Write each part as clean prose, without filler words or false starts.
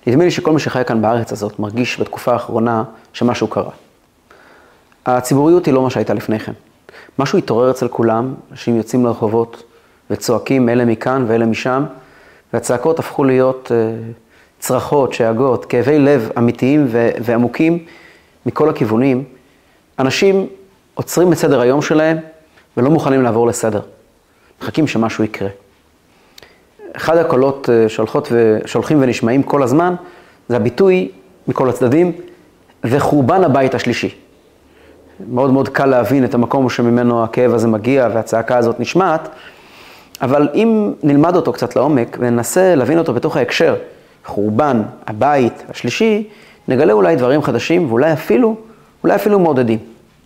נדמה לי שכל מי שחי כאן בארץ הזאת מרגיש בתקופה האחרונה שמשהו קרה. הציבוריות היא לא מה שהייתה לפני כן. משהו התעורר אצל כולם, אנשים יוצאים לרחובות וצועקים אלה מכאן ואלה משם, והצעקות הפכו להיות צרחות, שאגות, כאבי לב אמיתיים ועמוקים מכל הכיוונים. אנשים עוצרים את סדר היום שלהם ולא מוכנים לעבור לסדר. מחכים שמשהו יקרה. אחד הקולות שהולכים ונשמעים כל הזמן, זה הביטוי מכל הצדדים, וחורבן הבית השלישי. מאוד מאוד קל להבין את המקום שממנו הכאב הזה מגיע והצעקה הזאת נשמעת, אבל אם נלמד אותו קצת לעומק וננסה להבין אותו בתוך ההקשר, חורבן הבית השלישי, נגלה אולי דברים חדשים ואולי אפילו מעודדים.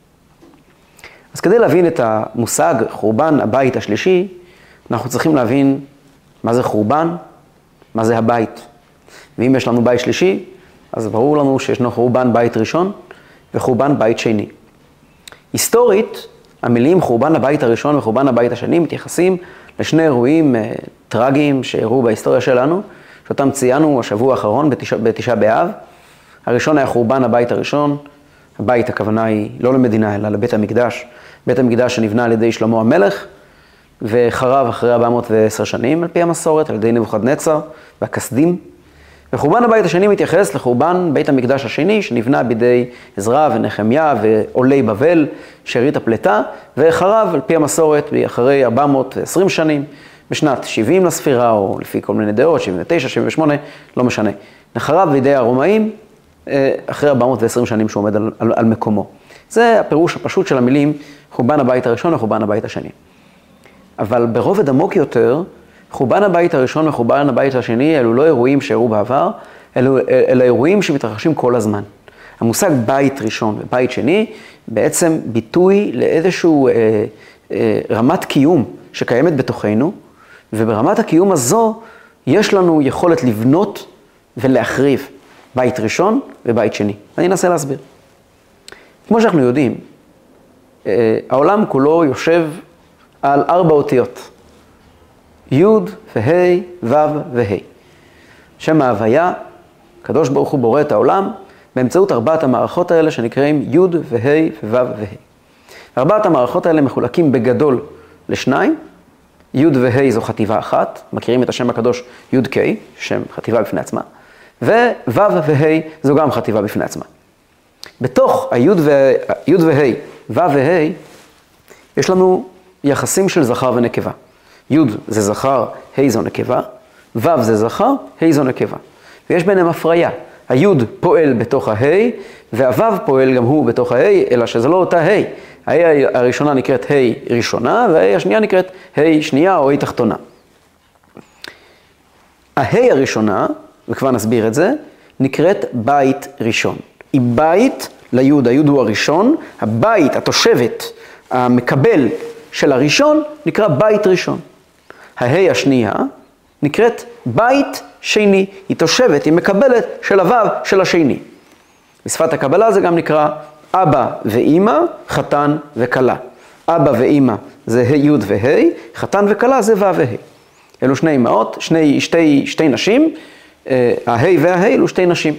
אז כדי להבין את המושג חורבן הבית השלישי, אנחנו צריכים להבין מה זה חורבן, מה זה הבית. ואם יש לנו בית שלישי, אז ברור לנו שישנו חורבן בית ראשון וחורבן בית שני. היסטורית, המילים חורבן הבית הראשון וחורבן הבית השני מתייחסים לשני אירועים טרגיים שאירעו בהיסטוריה שלנו, שאותם ציינו השבוע האחרון בתשעה באב. הראשון היה חורבן הבית הראשון, הבית הכוונה היא לא למדינה אלא לבית המקדש, בית המקדש שנבנה על ידי שלמה המלך, וחרב אחרי 410 שנים על פי המסורת, על ידי נבוכדנצר והכסדים. וחורבן הבית השני מתייחס לחורבן בית המקדש השני, שנבנה בידי עזרא ונחמיה ועולי בבל, שארית הפלטה, וחרב על פי המסורת אחרי 420 שנים, בשנת 70 לספירה, או לפי כל מיני דעות, 79, 78, לא משנה. נחרב בידי הרומאים אחרי 420 שנים שהוא עומד על מקומו. זה הפירוש הפשוט של המילים חורבן הבית הראשון וחורבן הבית השני. אבל ברובד עמוק יותר, חורבן הבית הראשון וחורבן הבית השני, אלו לא אירועים שאירעו בעבר, אלו אירועים שמתרחשים כל הזמן. המושג בית ראשון ובית שני, בעצם ביטוי לאיזשהו רמת קיום שקיימת בתוכנו, וברמת הקיום הזו יש לנו יכולת לבנות ולהחריב בית ראשון ובית שני. אני אנסה להסביר. כמו שאנחנו יודעים, העולם כולו יושב על 4 אותיות. י' וה' ו' וה'. שם ההוויה, הקדוש ברוך הוא בורא את העולם, באמצעות 4 המערכות האלה שנקראים י' וה' וו' וה'. 4 המערכות האלה מחולקים בגדול לשניים. י' וה' זו חטיבה אחת, מכירים את השם הקדוש י' ק', שם חטיבה בפני עצמה. וו' וה' זו גם חטיבה בפני עצמה. בתוך הי' וה' ו' וה' יש לנו יחסים של זכר ונקבה. י' זה זכר, ה' זו נקבה, ו' זה זכר, ה' זו נקבה. ויש ביניהם הפריה. הי' פועל בתוך ה' והו' פועל גם הוא בתוך ה', אלא שזה לא אותה ה'. ה' הראשונה נקראת ה' ראשונה, וה' השנייה נקראת ה' שנייה או ה' תחתונה. ה' הראשונה, וכבר נסביר את זה, נקראת בית ראשון. היא בית לי', הי' הוא הראשון, הבית, התושבת, המקבל של הראשון, נקרא בית ראשון. הה' השנייה נקראת בית שני, היא תושבת, היא מקבלת של הו' של השני. בשפת הקבלה זה גם נקרא אבא ואמא, חתן וכלה. אבא ואמא זה י' וה', חתן וכלה זה ו' וה'. אלו שני אמהות, שתי נשים, הה' והה' אלו שתי נשים.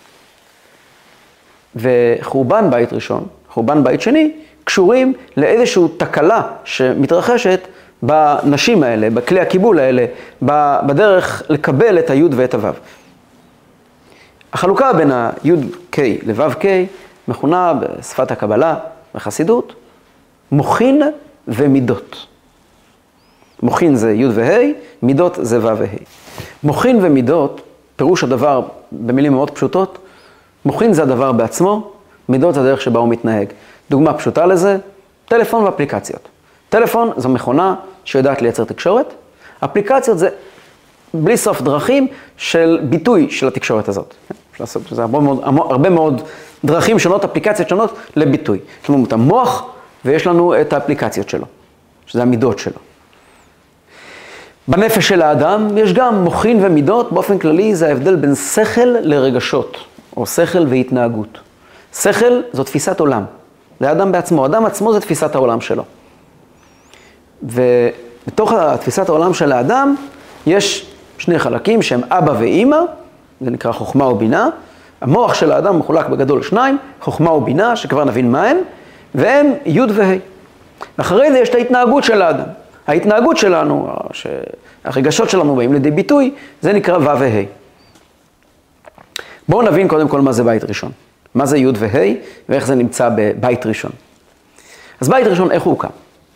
וחורבן בית ראשון, חורבן בית שני, קשורים לאיזושהי תקלה שמתרחשת בנשים האלה, בכלי הקיבול האלה, בדרך לקבל את הי' ואת הו'. החלוקה בין הי' ק' לו' ק' מכונה בשפת הקבלה, בחסידות, מוחין ומידות. מוחין זה י' וה', מידות זה ו' וה'. מוחין ומידות, פירוש הדבר במילים מאוד פשוטות, מוחין זה הדבר בעצמו, מידות זה הדרך שבה הוא מתנהג. דוגמה פשוטה לזה, טלפון ואפליקציות. טלפון זו מכונה שיודעת לייצר תקשורת, אפליקציות זה בלי סוף דרכים של ביטוי של התקשורת הזאת. זה הרבה מאוד דרכים שונות, אפליקציות שונות לביטוי. יש לנו את המוח ויש לנו את האפליקציות שלו, שזה המידות שלו. בנפש של האדם יש גם מוחין ומידות, באופן כללי זה ההבדל בין שכל לרגשות, או שכל והתנהגות. שכל זו תפיסת עולם, זה האדם בעצמו, האדם עצמו זה תפיסת העולם שלו. ובתוך תפיסת העולם של האדם יש שני חלקים שהם אבא ואמא, זה נקרא חוכמה ובינה. המוח של האדם מחולק בגדול לשניים, חוכמה ובינה, שכבר נבין מה הם, והם י' וה'. אחרי זה יש את ההתנהגות של האדם. ההתנהגות שלנו, שהרגשות שלנו באים לידי ביטוי, זה נקרא ו' וה'. בואו נבין קודם כל מה זה בית ראשון. מה זה י' וה' ואיך זה נמצא בבית ראשון. אז בית ראשון, איך הוא קם?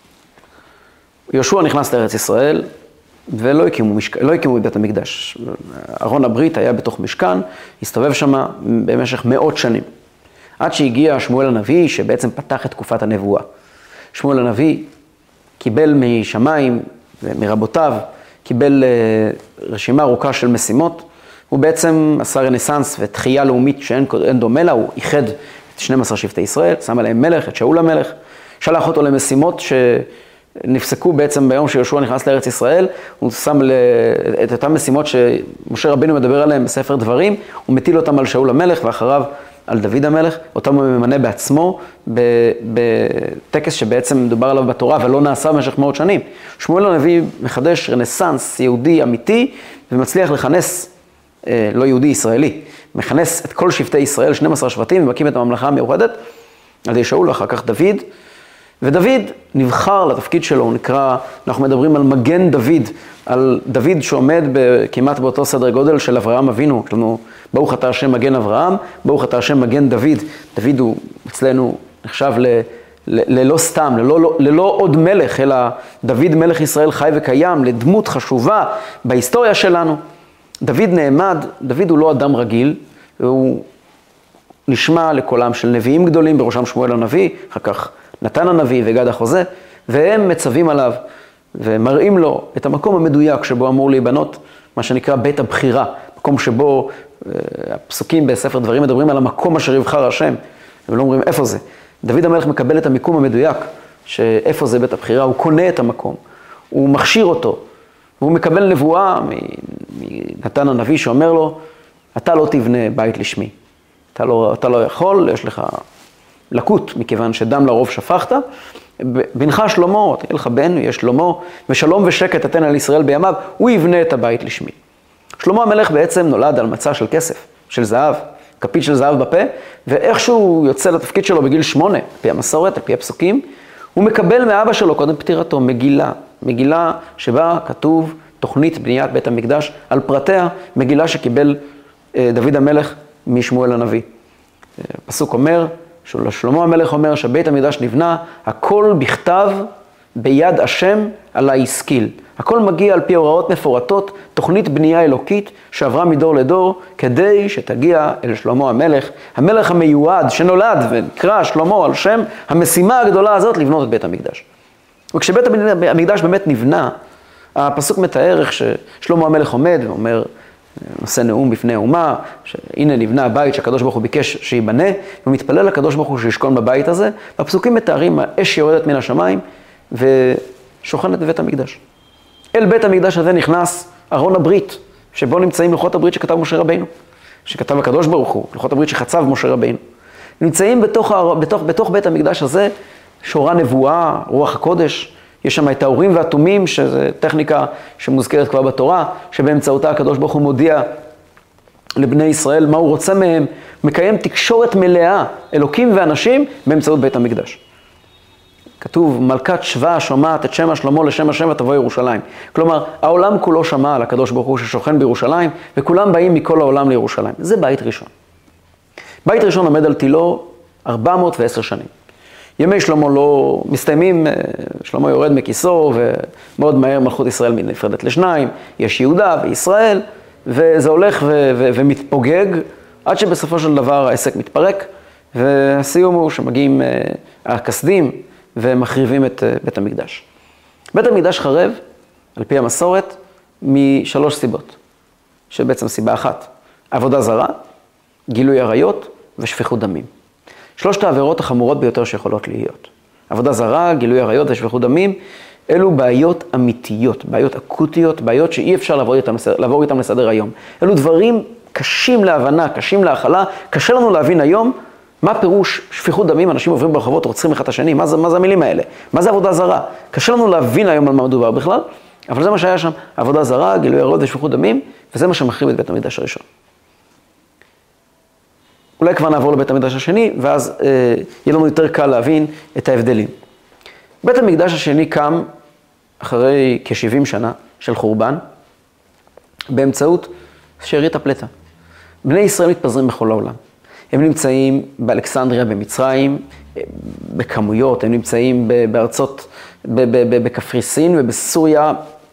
יהושע נכנס לארץ ישראל, ולא הקימו את בית המקדש. ארון הברית היה בתוך משכן, הסתובב שם במשך מאות שנים. עד שהגיע שמואל הנביא, שבעצם פתח את תקופת הנבואה. שמואל הנביא קיבל משמיים ומרבותיו, קיבל רשימה ארוכה של משימות. הוא בעצם עשה רנסנס ותחייה לאומית שאין דומה לה, הוא איחד את 12 שבטי ישראל, שם עליהם מלך, את שאול המלך, שלח אותו למשימות נפסקו בעצם ביום שיהושע נכנס לארץ ישראל, הוא שם את אותן משימות שמשה רבינו מדבר עליהן בספר דברים, הוא מטיל אותם על שאול המלך ואחריו על דוד המלך, אותם הוא ממנה בעצמו בטקס שבעצם מדובר עליו בתורה ולא נעשה במשך מאות שנים. שמואל הנביא מחדש רנסנס יהודי אמיתי ומצליח לכנס, לא יהודי ישראלי, מכנס את כל שבטי ישראל, 12 שבטים, ומקים את הממלכה המיוחדת, על ידי שאול, אחר כך דוד, ודוד נבחר לתפקיד שלו, הוא נקרא, אנחנו מדברים על מגן דוד, על דוד שעומד כמעט באותו סדר גודל של אברהם אבינו, כלומר, ברוך אתה השם מגן אברהם, ברוך אתה השם מגן דוד. דוד הוא אצלנו נחשב ללא סתם, ללא עוד מלך, אלא דוד מלך ישראל חי וקיים, לדמות חשובה בהיסטוריה שלנו. דוד נעמד, דוד הוא לא אדם רגיל, הוא נשמע לקולם של נביאים גדולים, בראשם שמואל הנביא, אחר כך נתן הנביא וגד החוזה, והם מצווים עליו ומראים לו את המקום המדויק שבו אמור להיבנות, מה שנקרא בית הבחירה, מקום שבו הפסוקים בספר דברים מדברים על המקום אשר יבחר השם, ולא אומרים איפה זה. דוד המלך מקבל את המיקום המדויק, שאיפה זה בית הבחירה, הוא קונה את המקום, הוא מכשיר אותו, והוא מקבל נבואה מנתן הנביא שאומר לו, אתה לא תבנה בית לשמי, אתה לא יכול, יש לך לקות, מכיוון שדם לרוב שפכת, בנך שלמה, תהיה לך בן, יש שלמה, ושלום ושקט תתן על ישראל בימיו, הוא יבנה את הבית לשמי. שלמה המלך בעצם נולד על מצע של כסף, של זהב, כפית של זהב בפה, ואיכשהו הוא יוצא לתפקיד שלו בגיל 8, על פי המסורת, על פי הפסוקים, הוא מקבל מאבא שלו קודם פטירתו מגילה שבה כתוב תוכנית בניית בית המקדש על פרטיה, מגילה שקיבל דוד המלך משמואל הנביא. הפסוק אומר, שלמה המלך אומר שבית המקדש נבנה, הכל בכתב ביד השם על ההשכיל. הכל מגיע על פי הוראות מפורטות, תוכנית בנייה אלוקית שעברה מדור לדור, כדי שתגיע אל שלמה המלך, המלך המיועד שנולד ונקרא שלמה על שם המשימה הגדולה הזאת לבנות את בית המקדש. וכשבית המקדש באמת נבנה, הפסוק מתאר איך ששלמה המלך עומד ואומר, נושא נאום בפני האומה, שהנה נבנה הבית שהקדוש ברוך הוא ביקש שיבנה, ומתפלל לקדוש ברוך הוא שישכון בבית הזה, והפסוקים מתארים האש יורדת מן השמיים ושוכנת בבית המקדש. אל בית המקדש הזה נכנס ארון הברית, שבו נמצאים לוחות הברית שכתב משה רבינו, שכתב הקדוש ברוך הוא, לוחות הברית שחצב משה רבינו. נמצאים בתוך בית המקדש הזה שורה נבואה, רוח הקודש, יש שם את האורים והתומים, שזו טכניקה שמוזכרת כבר בתורה, שבאמצעותה הקדוש ברוך הוא מודיע לבני ישראל מה הוא רוצה מהם, מקיים תקשורת מלאה, אלוקים ואנשים, באמצעות בית המקדש. כתוב, מלכת שבא שומעת את שם השלמה לשם השם ותבוא ירושלים. כלומר, העולם כולו שמע על הקדוש ברוך הוא ששוכן בירושלים, וכולם באים מכל העולם לירושלים. זה בית ראשון. בית ראשון עומד על תילו 410 שנים. ימי שלמה לא מסתיימים, שלמה יורד מכיסו, ומאוד מהר מלכות ישראל נפרדת לשניים, יש יהודה וישראל, וזה הולך ומתפוגג, עד שבסופו של דבר העסק מתפרק, והסיום הוא שמגיעים הכסדים ומחריבים את בית המקדש. בית המקדש חרב, על פי המסורת, משלוש סיבות, שבעצם סיבה אחת, עבודה זרה, גילוי עריות ושפיכות דמים. שלושת העבירות החמורות ביותר שיכולות להיות. עבודה זרה, גילוי עריות ושפיכות דמים, אלו בעיות אמיתיות, בעיות אקוטיות, בעיות שאי אפשר לעבור איתם לסדר היום. אלו דברים קשים להבנה, קשים להכלה, קשה לנו להבין היום מה פירוש שפיכות דמים, אנשים עוברים ברחובות, רוצחים אחד את השני, מה זה המילים האלה? מה זה עבודה זרה? קשה לנו להבין היום על מה מדובר בכלל, אבל זה מה שהיה שם, עבודה זרה, גילוי עריות ושפיכות דמים, וזה מה שמחריב את בית המקדש הראשון. אולי כבר נעבור לבית המקדש השני, ואז יהיה לנו יותר קל להבין את ההבדלים. בית המקדש השני קם אחרי כ-70 שנה של חורבן, באמצעות שארית הפלטה. בני ישראל מתפזרים בכל העולם. הם נמצאים באלכסנדריה, במצרים, בכמויות, הם נמצאים בארצות, בקפריסין ובסוריה,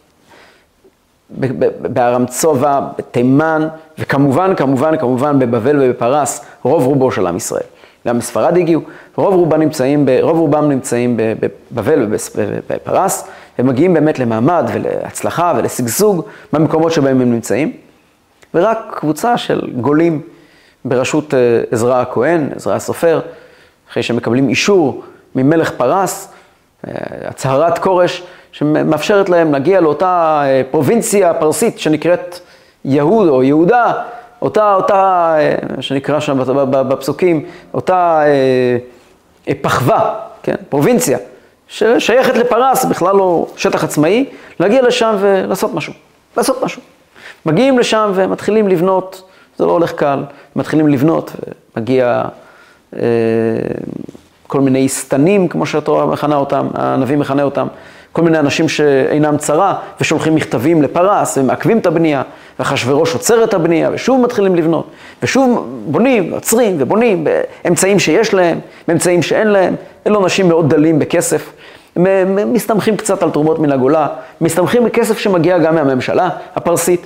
בארם צובא, בתימן, וכמובן, כמובן בבבל ובפרס, רוב רובו של עם ישראל. גם בספרד הגיעו, רוב רובם נמצאים בבבל ובפרס, הם מגיעים באמת למעמד ולהצלחה ולשגשוג במקומות שבהם הם נמצאים, ורק קבוצה של גולים בראשות עזרא הכהן, עזרא הסופר, אחרי שמקבלים אישור ממלך פרס, הצהרת כורש, שמאפשרת להם להגיע לאותה פרובינציה פרסית שנקראת יהוד או יהודה, אותה שנקרא שם בפסוקים, אותה פחווה, כן, פרובינציה, ששייכת לפרס, בכלל לא שטח עצמאי, להגיע לשם ולעשות משהו. מגיעים לשם ומתחילים לבנות, זה לא הולך קל, מתחילים לבנות ומגיע כל מיני סתנים, כמו שהתורה מכנה אותם, הנביא מכנה אותם, כל מיני אנשים שאינם צרה ושולחים מכתבים לפרס ומעכבים את הבנייה, ואחשוורוש עוצר את הבנייה ושוב מתחילים לבנות, ושוב בונים, עוצרים ובונים באמצעים שיש להם, באמצעים שאין להם. אלו אנשים מאוד דלים בכסף, מסתמכים קצת על תרומות מן הגולה, מסתמכים בכסף שמגיע גם מהממשלה הפרסית,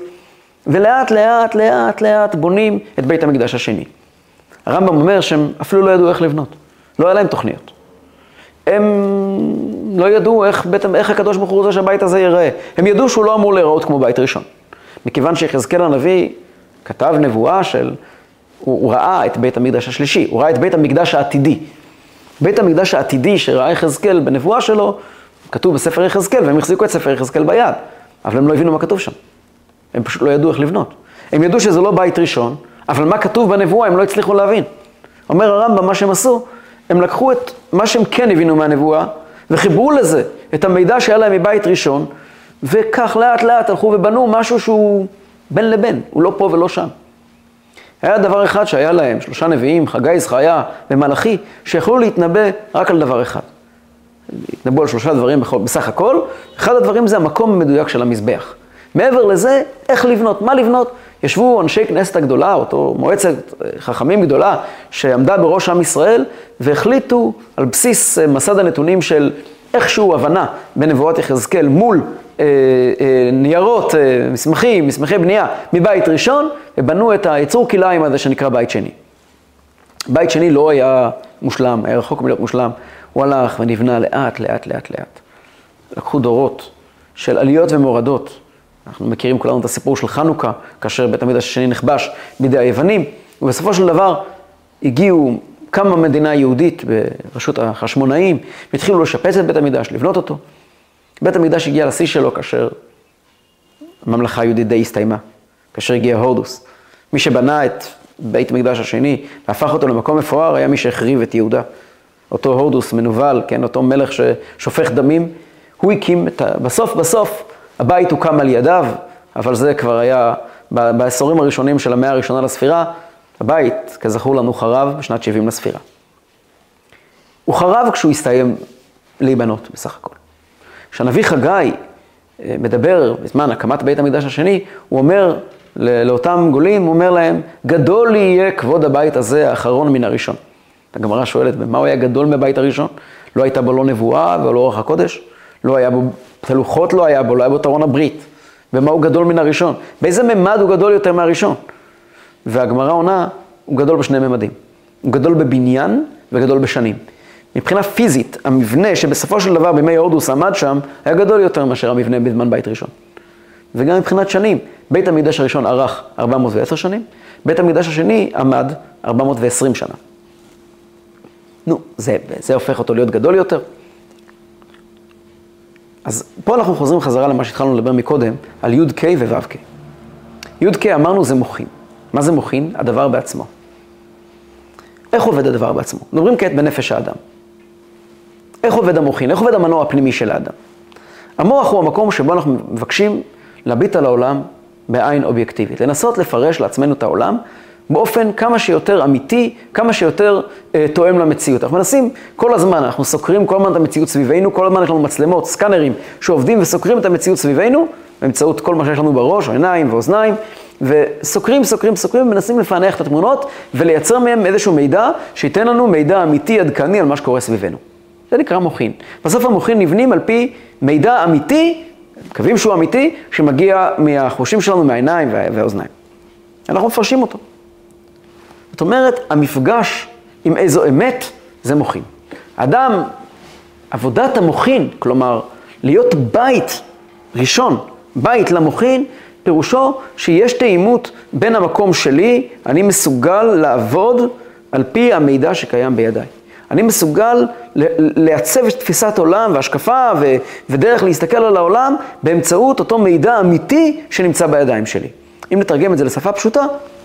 ולאט לאט בונים את בית המקדש השני. הרמב"ם אומר שהם אפילו לא ידעו איך לבנות, לא היה להם תוכניות. הם לא ידעו איך הקדוש ברוך הוא רוצה שהבית הזה ייראה. הם ידעו שהוא לא אמור להיראות כמו בית ראשון. מכיוון שיחזקאל הנביא כתב נבואה הוא ראה את בית המקדש השלישי, הוא ראה את בית המקדש העתידי. בית המקדש העתידי שראה יחזקאל בנבואה שלו, כתוב בספר יחזקאל, והם החזיקו את ספר יחזקאל ביד, אבל הם לא הבינו מה כתוב שם. הם פשוט לא ידעו איך לבנות. הם ידעו שזה לא בית ראשון, אבל מה כתוב בנבואה הם לא הצליחו להבין. אומר הרמב"ם, מה שהם עשו, הם לקחו את מה שהם כן הבינו מהנבואה, וחיברו לזה את המידע שהיה להם מבית ראשון, וכך לאט הלכו ובנו משהו שהוא בין לבין, הוא לא פה ולא שם. היה דבר אחד שהיה להם, 3 נביאים, חגי, זכריה ומלאכי, שיכולו להתנבא רק על דבר אחד. התנבאו על 3 דברים בסך הכל, אחד הדברים זה המקום המדויק של המזבח. מעבר לזה, איך לבנות, מה לבנות, ישבו אנשי כנסת הגדולה, אותו מועצת חכמים גדולה, שעמדה בראש עם ישראל, והחליטו על בסיס מסד הנתונים של איכשהו הבנה בנבואת יחזקאל מול ניירות, מסמכי בנייה מבית ראשון, ובנו את היצור כלאיים הזה שנקרא בית שני. בית שני לא היה מושלם, היה רחוק מלהיות מושלם, הוא הלך ונבנה לאט. לקחו דורות של עליות ומורדות. אנחנו מכירים כולנו את הסיפור של חנוכה, כאשר בית המקדש השני נכבש בידי היוונים, ובסופו של דבר הגיעו כמה מדינה יהודית ברשות החשמונאים, והתחילו לשפץ את בית המקדש, לבנות אותו. בית המקדש הגיע לשיא שלו כאשר הממלכה היהודית די הסתיימה, כאשר הגיע הורדוס. מי שבנה את בית המקדש השני והפך אותו למקום מפואר היה מי שהחריב את יהודה. אותו הורדוס מנוול, כן, אותו מלך ששופך דמים, הוא הקים בסוף הבית הוקם על ידיו, אבל זה כבר היה בעשורים הראשונים של המאה הראשונה לספירה, הבית, כזכור לנו, חרב בשנת 70 לספירה. הוא חרב כשהוא הסתיים להיבנות בסך הכל. כשהנביא חגי מדבר בזמן הקמת בית המקדש השני, הוא אומר לאותם גולים, הוא אומר להם, גדול יהיה כבוד הבית הזה האחרון מן הראשון. הגמרא שואלת, במה הוא היה גדול מבית הראשון? לא הייתה בו לא נבואה ולא אורח הקודש, לא היה בו תלוחות, לא היה בו תרון הברית. במה הוא גדול מן הראשון? באיזה ממד הוא גדול יותר מהראשון? והגמרא עונה, הוא גדול בשני ממדים. הוא גדול בבניין וגדול בשנים. מבחינה פיזית, המבנה שבסופו של דבר בימי הורדוס עמד שם, היה גדול יותר מאשר המבנה בזמן בית ראשון. וגם מבחינת שנים, בית המקדש הראשון ארך 410 שנים, בית המקדש השני עמד 420 שנה. זה הופך אותו להיות גדול יותר. אז פה אנחנו חוזרים חזרה למה שהתחלנו לדבר מקודם, על י' ק' וו' ק'. י' ק' אמרנו זה מוחין. מה זה מוחין? הדבר בעצמו. איך עובד הדבר בעצמו? מדברים כעת בנפש האדם. איך עובד המוחין? איך עובד המנוע הפנימי של האדם? המוח הוא המקום שבו אנחנו מבקשים להביט על העולם בעין אובייקטיבית. לנסות לפרש לעצמנו את העולם באופן כמה שיותר אמיתי, כמה שיותר תואם למציאות. אנחנו מנסים כל הזמן, אנחנו סוקרים כל הזמן את המציאות סביבנו, כל הזמן יש לנו מצלמות, סקנרים שעובדים וסוקרים את המציאות סביבנו, באמצעות כל מה שיש לנו בראש, עיניים ואוזניים, וסוקרים, מנסים לפענח את התמונות ולייצר מהם איזשהו מידע שייתן לנו מידע אמיתי עדכני על מה שקורה סביבנו. זה נקרא מוחין. בסוף המוחין נבנים על פי מידע אמיתי, מקווים שהוא אמיתי, שמגיע מהחושים שלנו, מהעיניים והאוזניים. אנחנו מפרשים אותו. זאת אומרת, המפגש עם איזו אמת זה מוחין. אדם, עבודת המוחין, כלומר, להיות בית ראשון, בית למוחין, פירושו שיש תאימות בין המקום שלי, אני מסוגל לעבוד על פי המידע שקיים בידיי. אני מסוגל לעצב את תפיסת עולם והשקפה ודרך להסתכל על העולם באמצעות אותו מידע אמיתי שנמצא בידיים שלי. אם נתרגם את זה לשפה פשוטה,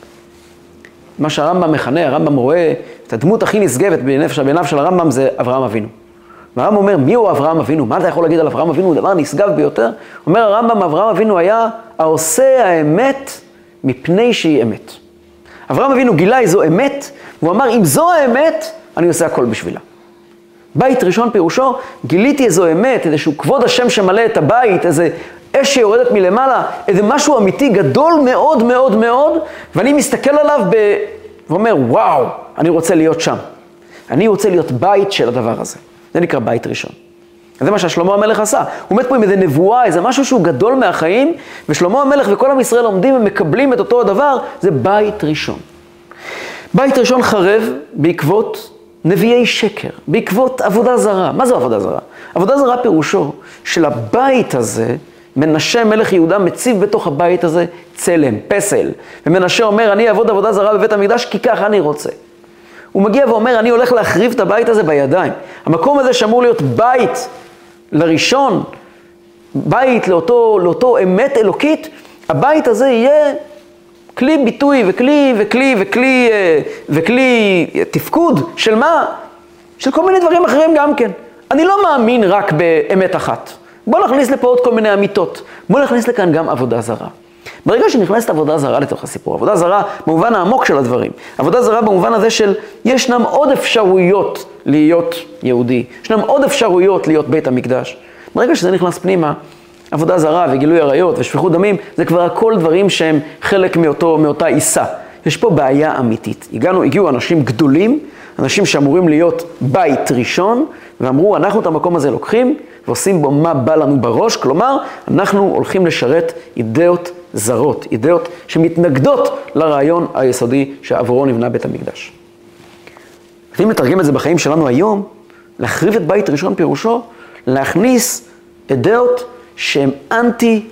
מה שהרמב"ם מכנה, הרמב"ם רואה את הדמות הכי נשגבת בעיניו של הרמב"ם זה אברהם אבינו. והרמב"ם אומר, מי הוא אברהם אבינו? מה אתה יכול להגיד על אברהם אבינו? הוא דבר נשגב ביותר. אומר הרמב"ם, אברהם אבינו היה העושה האמת מפני שהיא אמת. אברהם אבינו גילה איזו אמת, והוא אמר, אם זו האמת, אני עושה הכל בשבילה. בית ראשון פירושו, גיליתי איזו אמת, איזשהו כבוד השם שמלא את הבית, איזה אש שיורדת מלמעלה, איזה משהו אמיתי גדול מאוד מאוד מאוד, ואני מסתכל עליו ואומר, וואו, אני רוצה להיות שם. אני רוצה להיות בית של הדבר הזה. זה נקרא בית ראשון. זה מה ששלמה המלך עשה. הוא עומד פה עם איזה נבואה, איזה משהו שהוא גדול מהחיים, ושלמה המלך וכל עם ישראל עומדים ומקבלים את אותו הדבר, זה בית ראשון. בית ראשון חרב בעקבות נביאי שקר, בעקבות עבודה זרה. מה זו עבודה זרה? עבודה זרה פירושו של הבית הזה, מנשה מלך יהודה מציב בתוך הבית הזה צלם, פסל. ומנשה אומר, אני אעבוד עבודה זרה בבית המקדש כי ככה אני רוצה. הוא מגיע ואומר, אני הולך להחריב את הבית הזה בידיים. המקום הזה שאמור להיות בית לראשון, בית לאותו אמת אלוקית, הבית הזה יהיה כלי ביטוי וכלי תפקוד של מה? של כל מיני דברים אחרים גם כן. אני לא מאמין רק באמת אחת. בוא נכניס לפה עוד כל מיני אמיתות. בוא נכניס לכאן גם עבודה זרה. ברגע שנכנסת עבודה זרה לתוך הסיפור, עבודה זרה במובן העמוק של הדברים, עבודה זרה במובן הזה של ישנם עוד אפשרויות להיות יהודי, ישנם עוד אפשרויות להיות בית המקדש. ברגע שזה נכנס פנימה, עבודה זרה וגילוי עריות ושפיכות דמים, זה כבר הכל דברים שהם חלק מאותה עיסה. יש פה בעיה אמיתית. הגיעו אנשים גדולים, אנשים שאמורים להיות בית ראשון, ואמרו, אנחנו את המקום הזה לוקחים, ועושים בו מה בא לנו בראש, כלומר, אנחנו הולכים לשרת אידאות זרות, אידאות שמתנגדות לרעיון היסודי שעבורו נבנה בית המקדש. ואם נתרגם את זה בחיים שלנו היום, להחריב את בית ראשון פירושו, להכניס אידאות שהן אנטי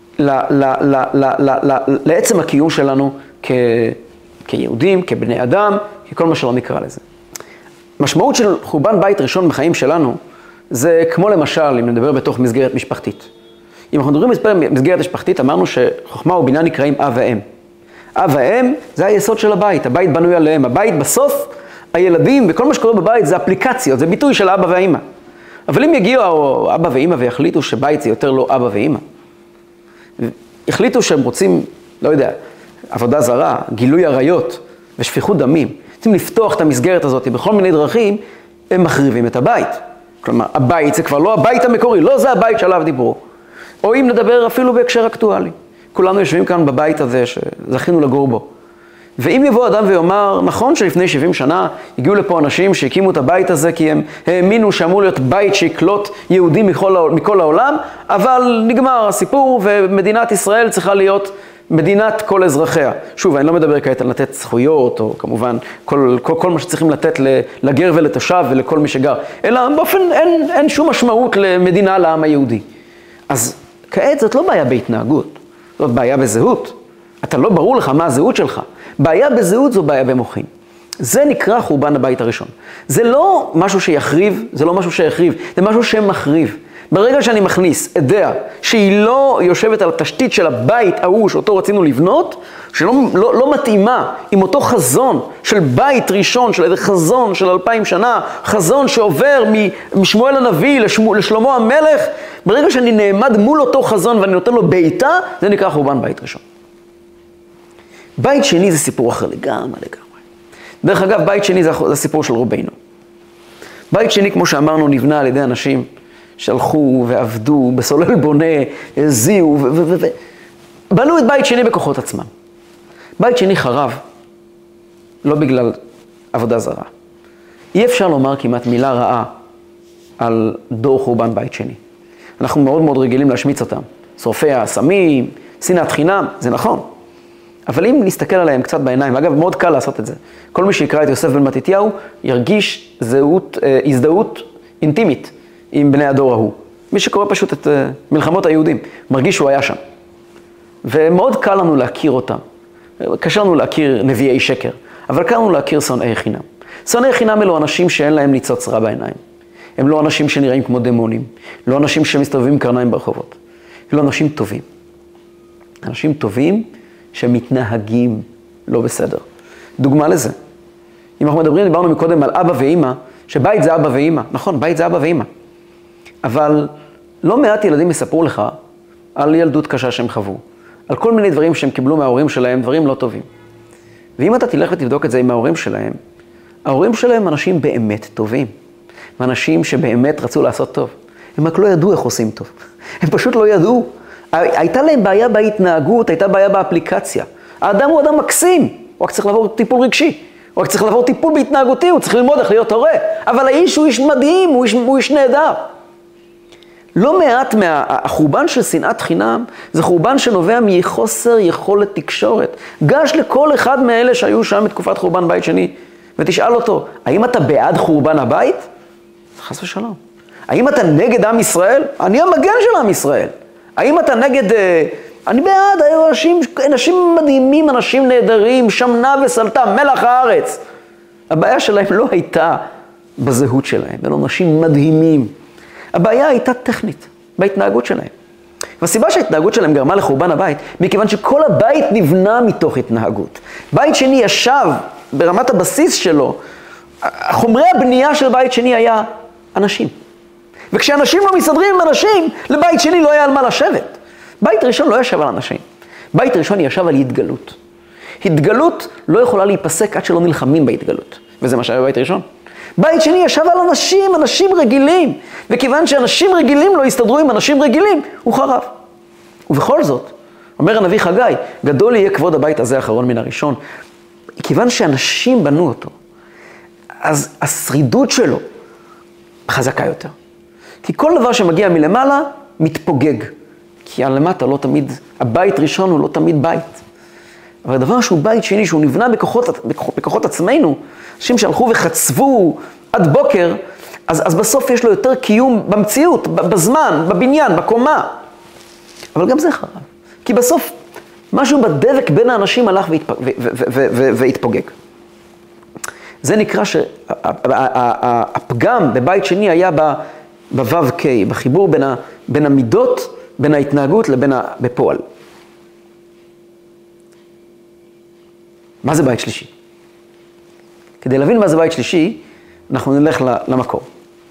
לעצם הקיום שלנו כיהודים, כבני אדם, ככל מה שלא נקרא לזה. משמעות של חורבן בית ראשון בחיים שלנו, זה כמו למשל, אם נדבר בתוך מסגרת משפחתית. אם אנחנו מדברים במסגרת משפחתית, אמרנו שחוכמה ובינה נקראים אב ואם. אב ואם זה היסוד של הבית, הבית בנוי עליהם. הבית בסוף, הילדים וכל מה שקורה בבית זה אפליקציות, זה ביטוי של אבא ואמא. אבל אם יגיעו אבא ואמא ויחליטו שבית זה יותר לא אבא ואמא, החליטו שהם רוצים, לא יודע, עבודה זרה, גילוי עריות ושפיכות דמים, רוצים לפתוח את המסגרת הזאת בכל מיני דרכים, הם מחריבים את הבית. כלומר, הבית זה כבר לא הבית המקורי, לא זה הבית שעליו דיברו. או אם נדבר אפילו בהקשר אקטואלי. כולנו יושבים כאן בבית הזה שזכינו לגור בו. ואם יבוא אדם ויאמר, נכון שלפני 70 שנה הגיעו לפה אנשים שהקימו את הבית הזה כי הם האמינו שאמור להיות בית שיקלוט יהודים מכל העולם, אבל נגמר הסיפור ומדינת ישראל צריכה להיות מדינת כל אזרחיה. שוב, אני לא מדבר כעת על לתת זכויות, או כמובן כל מה שצריכים לתת לגר ולתושב ולכל מי שגר, אלא באופן אין שום משמעות למדינה לעם היהודי. אז כעת זאת לא בעיה בהתנהגות, זאת בעיה בזהות. אתה לא ברור לך מה הזהות שלך. בעיה בזהות זו בעיה במוחין. זה נקרא חורבן הבית הראשון. זה לא משהו שיחריב, זה לא משהו שיחריב, זה משהו שמחריב. ברגע שאני מכניס אידאה שהיא לא יושבת על התשתית של הבית ההוא שאותו רצינו לבנות, שלא מתאימה עם אותו חזון של בית ראשון, של איזה חזון של 2000 שנה, חזון שעובר משמואל הנביא לשלמה המלך, ברגע שאני נעמד מול אותו חזון ואני נותן לו בעיטה, זה נקרא חורבן בית ראשון. בית שני זה סיפור אחר לגמרי. דרך אגב, בית שני זה הסיפור של רובנו. בית שני, כמו שאמרנו, נבנה על ידי אנשים שהלכו ועבדו, בסולל בונה, הזיעו, בנו את בית שני בכוחות עצמם. בית שני חרב, לא בגלל עבודה זרה. אי אפשר לומר כמעט מילה רעה על דור חורבן בית שני. אנחנו מאוד מאוד רגילים להשמיץ אותם. שורפי הסמים, שנאת חינם, זה נכון. אבל אם נסתכל עליהם קצת בעיניים, אגב, מאוד קל לעשות את זה. כל מי שיקרא את יוסף בן מתתיהו ירגיש הזדהות אינטימית עם בני הדור ההוא. מי שקורא פשוט את מלחמות היהודים, מרגיש שהוא היה שם. ומאוד קל לנו להכיר אותם. קשה לנו להכיר נביאי שקר, אבל קל לנו להכיר שונאי חינם. שונאי חינם אלו אנשים שאין להם ניצוץ רע בעיניים. הם לא אנשים שנראים כמו דמונים, לא אנשים שמסתובבים קרניים ברחובות. אלו אנשים טובים. אנשים טובים שמתנהגים לא בסדר. דוגמה לזה. אם אנחנו דיברנו מקודם על אבא ואמא, שבית זה אבא ואמא. נכון, בית זה אבא ואמא. אבל לא מעט ילדים יספרו לך על ילדות קשה שהם חוו. על כל מיני דברים שהם קיבלו מההורים שלהם, דברים לא טובים. ואם אתה תלך ותבדוק את זה עם ההורים שלהם, ההורים שלהם אנשים באמת טובים. אנשים שבאמת רצו לעשות טוב. הם רק לא ידעו איך עושים טוב. הם פשוט לא ידעו. הייתה להם בעיה בהתנהגות, הייתה בעיה באפליקציה. האדם הוא אדם מקסים, הוא רק צריך לעבור טיפול רגשי. הוא רק צריך לעבור טיפול בהתנהגותי, הוא צריך ללמוד איך להיות הורה. אבל האיש הוא איש מדהים, הוא איש נהדר. לא מעט מהחורבן של שנאת חינם, זה חורבן שנובע מחוסר יכולת תקשורת. גש לכל אחד מאלה שהיו שם בתקופת חורבן בית שני, ותשאל אותו, האם אתה בעד חורבן הבית? חס ושלום. האם אתה נגד עם ישראל? אני המגן של עם ישראל. האם אתה נגד... אני בעד, היו אנשים מדהימים, אנשים נהדרים, שמנה וסלטה, מלח הארץ. הבעיה שלהם לא הייתה בזהות שלהם, אלו אנשים מדהימים. הבעיה הייתה טכנית, בהתנהגות שלהם. והסיבה שההתנהגות שלהם גרמה לחורבן הבית, מכיוון שכל הבית נבנה מתוך התנהגות. בית שני ישב ברמת הבסיס שלו, חומרי הבנייה של בית שני היה אנשים. וכשאנשים לא מסתדרים עם אנשים, לבית שני לא היה על מה לשבת. בית ראשון לא ישב על אנשים. בית ראשון ישב על התגלות. התגלות לא יכולה להיפסק עד שלא נלחמים בהתגלות. וזה מה שהיה בבית ראשון. בית שני ישב על אנשים רגילים. וכיוון שאנשים רגילים לא הסתדרו עם אנשים רגילים, הוא חרב. ובכל זאת, אומר הנביא חגי, גדול יהיה כבוד הבית הזה האחרון מן הראשון. כיוון שאנשים בנו אותו, אז השרידות שלו חזקה יותר. כי כל דבר שמגיע מלמעלה מתפוגג. כי הלמטה לא תמיד, הבית ראשון הוא לא תמיד בית. אבל הדבר שהוא בית שני, שהוא נבנה בכוחות עצמנו, אנשים שהלכו וחצבו עד בוקר, אז בסוף יש לו יותר קיום במציאות, בזמן, בבניין, בקומה. אבל גם זה חרב. כי בסוף משהו בדבק בין האנשים הלך והתפוגג. זה נקרא שהפגם בבית שני היה בו"ק, בחיבור בין המידות, בין ההתנהגות לבין בפועל. מה זה בית שלישי? כדי להבין מה זה בית שלישי, אנחנו נלך למקור.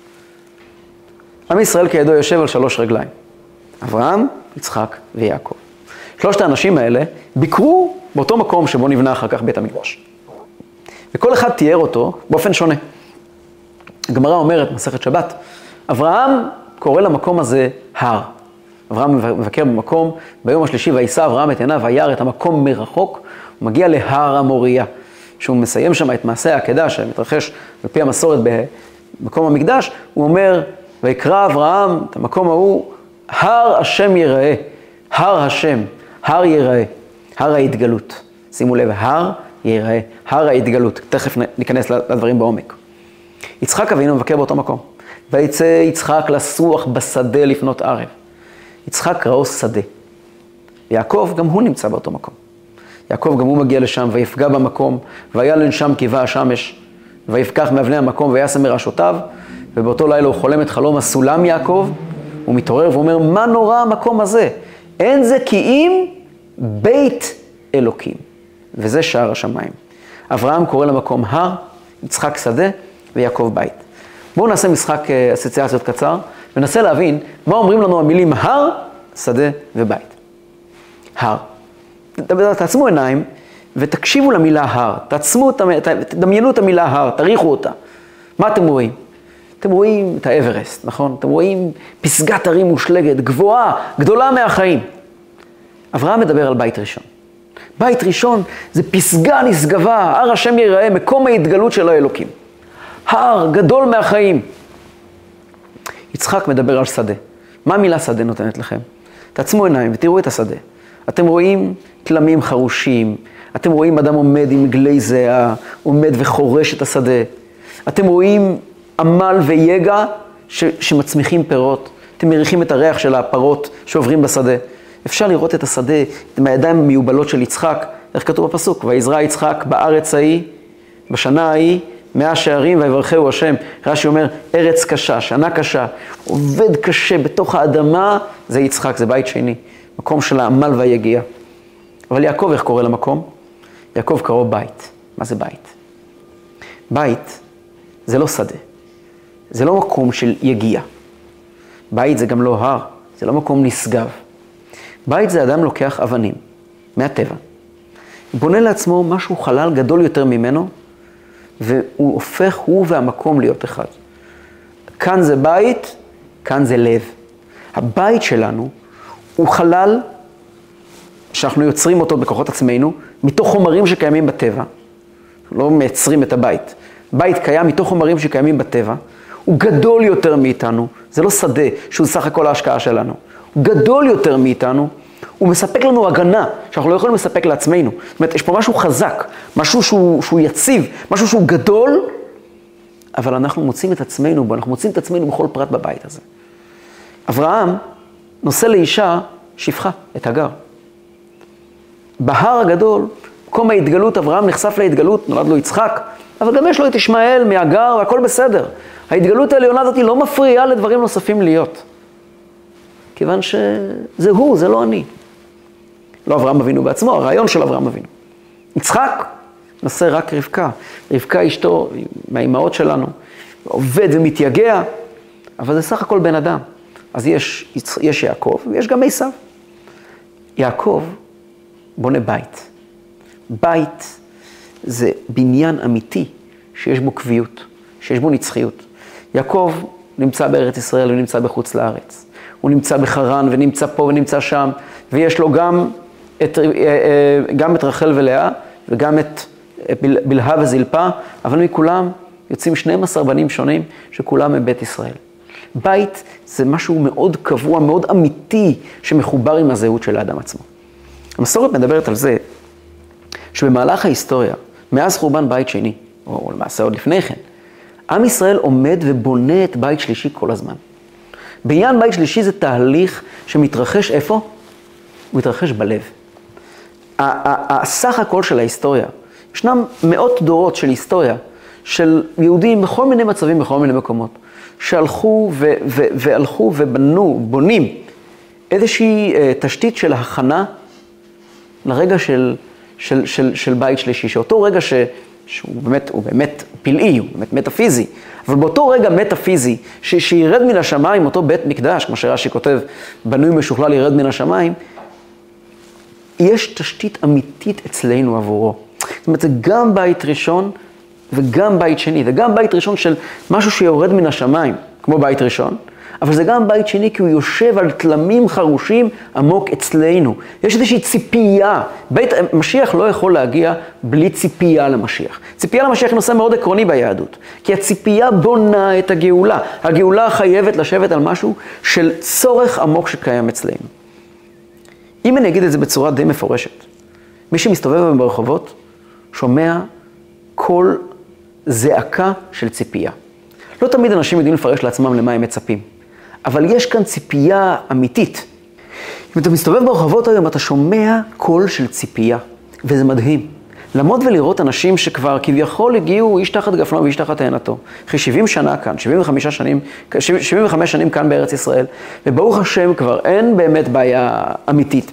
עם ישראל כידוע יושב על 3 רגליים. אברהם, יצחק ויעקב. 3 האנשים האלה ביקרו באותו מקום שבו נבנה אחר כך בית המקדש. וכל אחד תיאר אותו באופן שונה. הגמרא אומרת, מסכת שבת, אברהם קורא למקום הזה הר. אברהם מבקר במקום, ביום השלישי וישא אברהם את עיניו וירא את המקום מרחוק, הוא מגיע להר המוריה, שהוא מסיים שם את מעשה העקדה שמתרחש בפי המסורת במקום המקדש, הוא אומר, ויקרא אברהם את המקום ההוא, הר השם יראה, הר השם, הר יראה, הר ההתגלות. שימו לב, הר יראה, הר ההתגלות. תכף ניכנס לדברים בעומק. יצחק אבינו מבקר באותו מקום, ויצא יצחק לסוח בשדה לפנות ערב. יצחק ראו שדה. יעקב גם הוא נמצא באותו מקום. יעקב גם הוא מגיע לשם ויפגע במקום, וילן שם כיבה השמש, ויפקח מאבני המקום וישם מראשותיו, ובאותו לילה הוא חולם את חלום הסולם יעקב, הוא מתעורר ואומר, מה נורא המקום הזה? אין זה כי אם בית אלוקים. וזה שער השמיים. אברהם קורא למקום הר, יצחק שדה ויעקב בית. בואו נעשה משחק אסוציאציות קצר, וננסה להבין מה אומרים לנו המילים הר, שדה ובית. הר. תעצמו עיניים ותקשיבו למילה הר, תדמיינו את המילה הר, תריחו אותה. מה אתם רואים? אתם רואים את האברסט, נכון? אתם רואים פסגת הרים מושלגת, גבוהה, גדולה מהחיים. אברהם מדבר על בית ראשון. בית ראשון זה פסגה נשגבה, הר השם ייראה, מקום ההתגלות של האלוקים. הר גדול מהחיים. יצחק מדבר על שדה. מה המילה שדה נותנת לכם? תעצמו עיניים ותראו את השדה. אתם רואים תלמים חרושים, אתם רואים אדם עומד עם גלי זהה, עומד וחורש את השדה. אתם רואים עמל ויגע שמצמיחים פירות. אתם מריחים את הריח של הפרות שעוברים בשדה. אפשר לראות את השדה מהידיים המיובלות של יצחק, איך כתוב בפסוק, ויזרע יצחק בארץ ההיא, בשנה ההיא, 100 שערים ויברכהו השם. רש"י אומר, ארץ קשה, שנה קשה, עובד קשה בתוך האדמה, זה יצחק, זה בית שני, מקום של העמל והיגיעה. אבל יעקב, איך קורא למקום? יעקב קראו בית. מה זה בית? בית זה לא שדה, זה לא מקום של יגיעה. בית זה גם לא הר, זה לא מקום נשגב. בית זה אדם לוקח אבנים מהטבע, בונה לעצמו משהו חלל גדול יותר ממנו, והוא הופך הוא והמקום להיות אחד. כאן זה בית, כאן זה לב. הבית שלנו הוא חלל שאנחנו יוצרים אותו בכוחות עצמנו, מתוך חומרים שקיימים בטבע. לא מייצרים את הבית. בית קיים מתוך חומרים שקיימים בטבע, הוא גדול יותר מאיתנו, זה לא שדה שהוא סך הכל ההשקעה שלנו. הוא גדול יותר מאיתנו, הוא מספק לנו הגנה שאנחנו לא יכולים לספק לעצמנו. זאת אומרת, יש פה משהו חזק, משהו שהוא יציב, משהו שהוא גדול, אבל אנחנו מוצאים את עצמנו בו, אנחנו מוצאים את עצמנו בכל פרט בבית הזה. אברהם נושא לאישה שפחה, את הגר. בהר הגדול, מקום ההתגלות, אברהם נחשף להתגלות, נולד לו יצחק, אבל גם יש לו את ישמעאל מהגר והכל בסדר. ההתגלות העליונה הזאת לא מפריעה לדברים נוספים להיות. כיוון שזה הוא, זה לא אני. לא אברהם אבינו בעצמו, הרעיון של אברהם אבינו. יצחק נושא רק רבקה. רבקה אשתו מהאימהות שלנו, עובד ומתייגע, אבל זה סך הכל בן אדם. אז יש יעקב ויש גם עשיו. יעקב בונה בית. בית זה בניין אמיתי שיש בו קביעות, שיש בו נצחיות. יעקב נמצא בארץ ישראל ונמצא בחוץ לארץ. הוא נמצא בחרן ונמצא פה ונמצא שם, ויש לו גם את רחל ולאה וגם את בלהה וזלפה, אבל מכולם יוצאים 12 בנים שונים שכולם הם בית ישראל. בית זה משהו מאוד קבוע, מאוד אמיתי, שמחובר עם הזהות של האדם עצמו. המסורת מדברת על זה שבמהלך ההיסטוריה, מאז חורבן בית שני, או למעשה עוד לפני כן, עם ישראל עומד ובונה את בית שלישי כל הזמן. בניין בית שלישי זה תהליך שמתרחש איפה? הוא מתרחש בלב. הסך הכל של ההיסטוריה, ישנם מאות דורות של היסטוריה, של יהודים בכל מיני מצבים, בכל מיני מקומות, שהלכו והלכו בונים איזושהי תשתית של הכנה לרגע של בית שלישי, שאותו רגע שהוא באמת פלאי, הוא באמת מטאפיזי, אבל באותו רגע מטאפיזי, שירד מן השמיים, אותו בית מקדש, כמו שרש"י כותב, בנוי משוכלל ירד מן השמיים, יש תשתית אמיתית אצלנו עבורו. זאת אומרת, זה גם בית ראשון וגם בית שני, זה גם בית ראשון של משהו שיורד מן השמיים, כמו בית ראשון, אבל זה גם בית שני כי הוא יושב על תלמים חרושים עמוק אצלנו. יש איזושהי ציפייה. משיח לא יכול להגיע בלי ציפייה למשיח. ציפייה למשיח היא נושא מאוד עקרוני ביהדות, כי הציפייה בונה את הגאולה. הגאולה חייבת לשבת על משהו של צורך עמוק שקיים אצלנו. אם אני אגיד את זה בצורה די מפורשת, מי שמסתובב ברחובות שומע כל זעקה של ציפייה. לא תמיד אנשים יודעים לפרש לעצמם למה הם מצפים, אבל יש כאן ציפייה אמיתית. אם אתה מסתובב ברחובות היום, אתה שומע קול של ציפייה, וזה מדהים. לעמוד ולראות אנשים שכבר כביכול הגיעו איש תחת גפנו ואיש תחת תאנתו. אחרי 70 שנה כאן, 75 שנים כאן בארץ ישראל, וברוך השם כבר אין באמת בעיה אמיתית.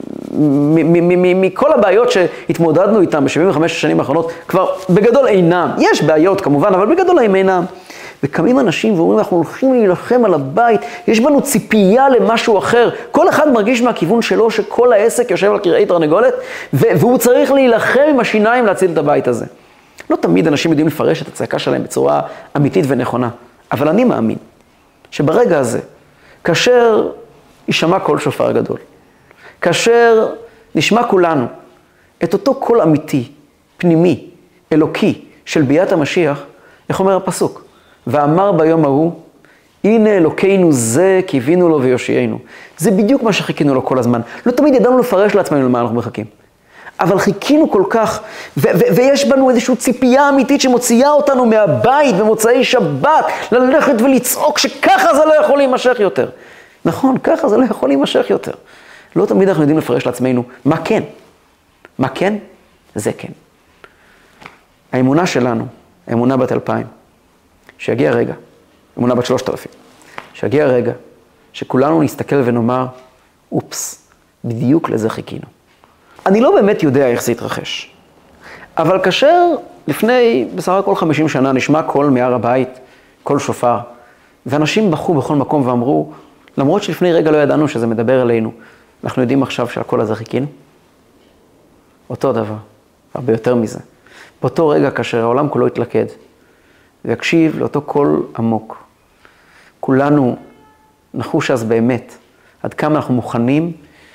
מכל הבעיות שהתמודדנו איתן ב-75 השנים האחרונות, כבר בגדול אינם. יש בעיות כמובן, אבל בגדול הם אינם. וקמים אנשים ואומרים, אנחנו הולכים להילחם על הבית, יש בנו ציפייה למשהו אחר. כל אחד מרגיש מהכיוון שלו שכל העסק יושב על קרעי תרנגולת, והוא צריך להילחם עם השיניים להציל את הבית הזה. לא תמיד אנשים יודעים לפרש את הצעקה שלהם בצורה אמיתית ונכונה, אבל אני מאמין שברגע הזה, כאשר יישמע קול שופר גדול, כאשר נשמע כולנו את אותו קול אמיתי, פנימי, אלוקי, של ביאת המשיח, איך אומר הפסוק? ואמר ביום ההוא, הנה אלוקינו זה, קיווינו לו ויושיענו. זה בדיוק מה שחיכינו לו כל הזמן. לא תמיד ידענו לפרש לעצמנו למה אנחנו מחכים. אבל חיכינו כל כך, ויש בנו איזושהי ציפייה אמיתית שמוציאה אותנו מהבית במוצאי שבת, ללכת ולצעוק שככה זה לא יכול להימשך יותר. נכון, ככה זה לא יכול להימשך יותר. לא תמיד אנחנו יודעים לפרש לעצמנו מה כן. מה כן? זה כן. האמונה שלנו, האמונה בת 2000, שיגיע רגע, אמונה בת 3000, שיגיע רגע, שכולנו נסתכל ונאמר, אופס, בדיוק לזה חיכינו. אני לא באמת יודע איך זה יתרחש, אבל כאשר לפני בסך הכל 50 שנה נשמע קול מהר הבית, קול שופר, ואנשים בכו בכל מקום ואמרו, למרות שלפני רגע לא ידענו שזה מדבר אלינו, אנחנו יודעים עכשיו שהקול הזה חיכינו? אותו דבר, הרבה יותר מזה. באותו רגע כאשר העולם כולו יתלכד, ויקשיב לאותו קול עמוק, כולנו נחוש אז באמת, עד כמה אנחנו מוכנים,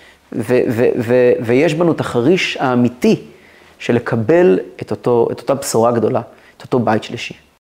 ויש בנו את החריש האמיתי של לקבל את אותה בשורה גדולה, את אותו בית שלישי.